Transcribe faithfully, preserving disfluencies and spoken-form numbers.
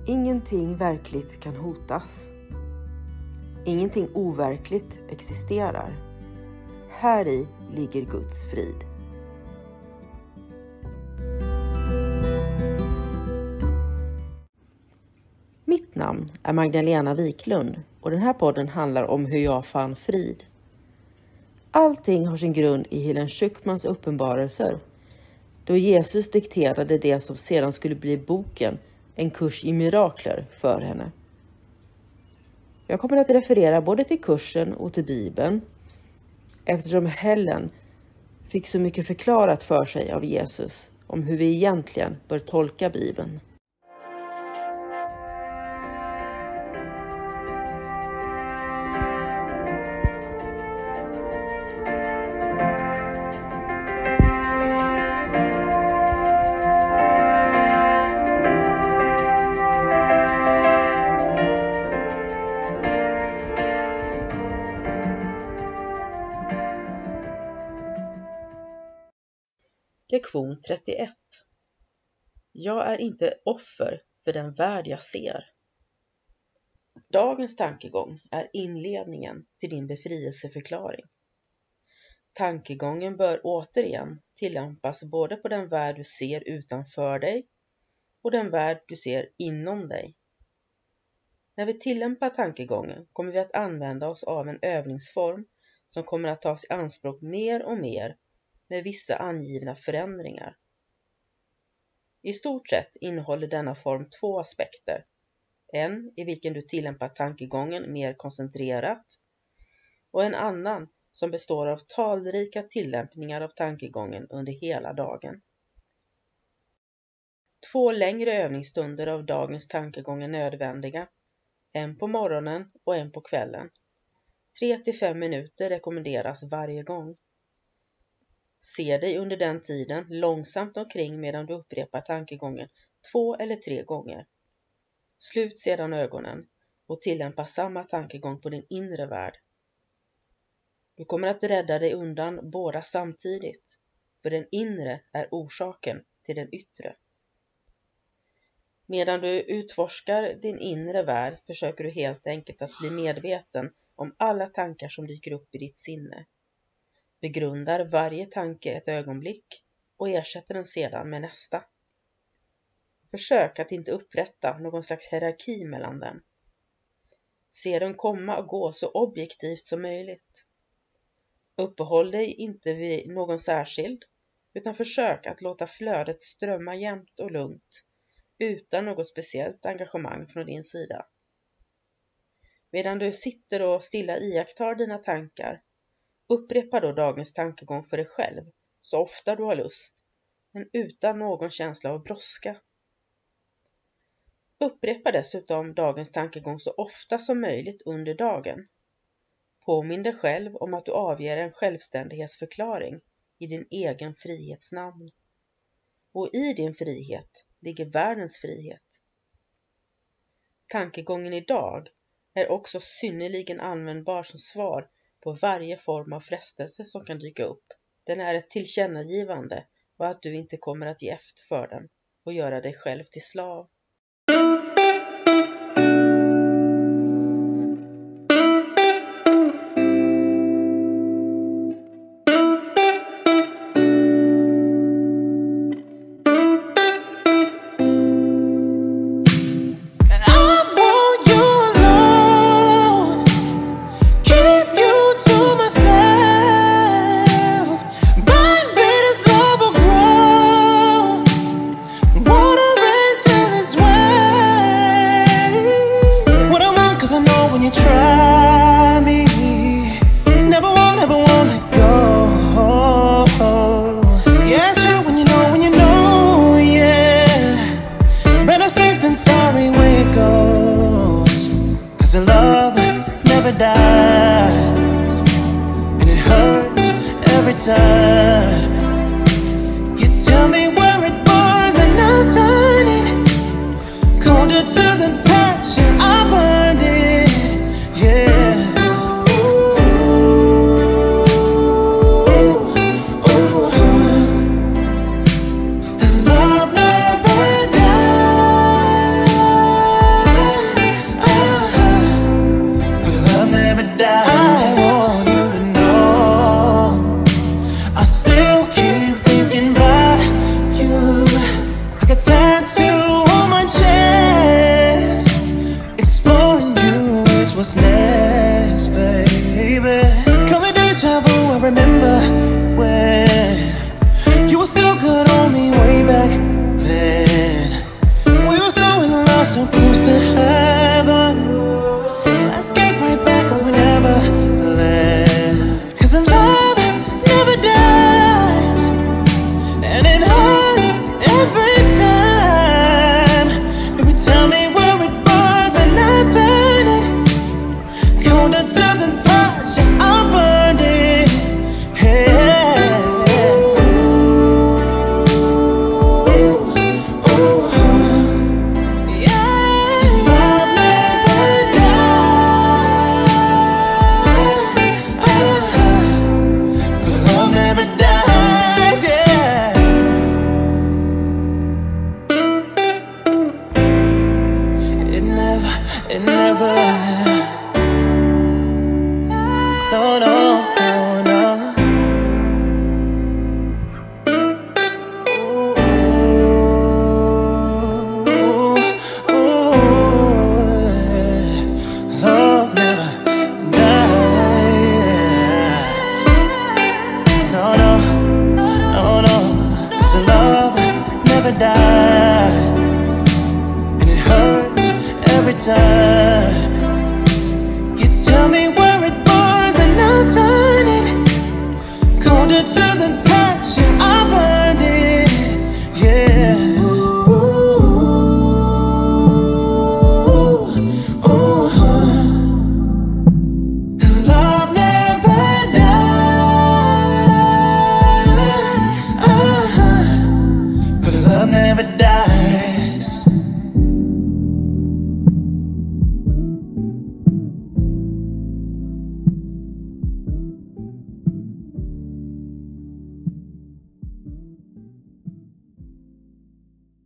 Ingenting verkligt kan hotas. Ingenting overkligt existerar. Här i ligger Guds frid. Mitt namn är Magdalena Wiklund och den här podden handlar om hur jag fann frid. Allting har sin grund i Helen Schuckmans uppenbarelser, då Jesus dikterade det som sedan skulle bli boken En kurs i mirakler för henne. Jag kommer att referera både till kursen och till Bibeln, eftersom Helen fick så mycket förklarat för sig av Jesus om hur vi egentligen bör tolka Bibeln. Lektion trettioett. Jag är inte offer för den värld jag ser. Dagens tankegång är inledningen till din befrielseförklaring. Tankegången bör återigen tillämpas både på den värld du ser utanför dig och den värld du ser inom dig. När vi tillämpar tankegången kommer vi att använda oss av en övningsform som kommer att tas i anspråk mer och mer med vissa angivna förändringar. I stort sett innehåller denna form två aspekter. En i vilken du tillämpar tankegången mer koncentrerat och en annan som består av talrika tillämpningar av tankegången under hela dagen. Två längre övningsstunder av dagens tankegång är nödvändiga, en på morgonen och en på kvällen. tre till fem minuter rekommenderas varje gång. Se dig under den tiden långsamt omkring medan du upprepar tankegången två eller tre gånger. Slut sedan ögonen och tillämpa samma tankegång på din inre värld. Du kommer att rädda dig undan båda samtidigt, för den inre är orsaken till den yttre. Medan du utforskar din inre värld försöker du helt enkelt att bli medveten om alla tankar som dyker upp i ditt sinne. Begrundar varje tanke ett ögonblick och ersätter den sedan med nästa. Försök att inte upprätta någon slags hierarki mellan dem. Se den komma och gå så objektivt som möjligt. Uppehåll dig inte vid någon särskild, utan försök att låta flödet strömma jämnt och lugnt, utan något speciellt engagemang från din sida. Medan du sitter och stilla iakttar dina tankar, upprepa då dagens tankegång för dig själv så ofta du har lust, men utan någon känsla av brådska. Upprepa dessutom dagens tankegång så ofta som möjligt under dagen. Påminn dig själv om att du avger en självständighetsförklaring i din egen frihetsnamn. Och i din frihet ligger världens frihet. Tankegången idag är också synnerligen användbar som svar på varje form av frestelse som kan dyka upp. Den är ett tillkännagivande och att du inte kommer att ge efter för den och göra dig själv till slav. Water until it's wet. tattoo on my chest. Exploring you is what's next, baby. Call it deja vu, I remember when you were still good on me way back then. We were so in love, so close to heaven. Let's get right back like we never left. Cause the love never dies, and it hurts every time. Baby, tell me where it was and I'll turn it colder to the touch, yeah, I'll burn it. Hey. Ooh, ooh. Yeah. Love never dies. The love never dies, yeah. It never, it never. No, no, no, no. Ooh, ooh, love never dies. No, no, no, no. 'Cause love never dies, and it hurts every time. You tell me where it was and I'll turn it colder to the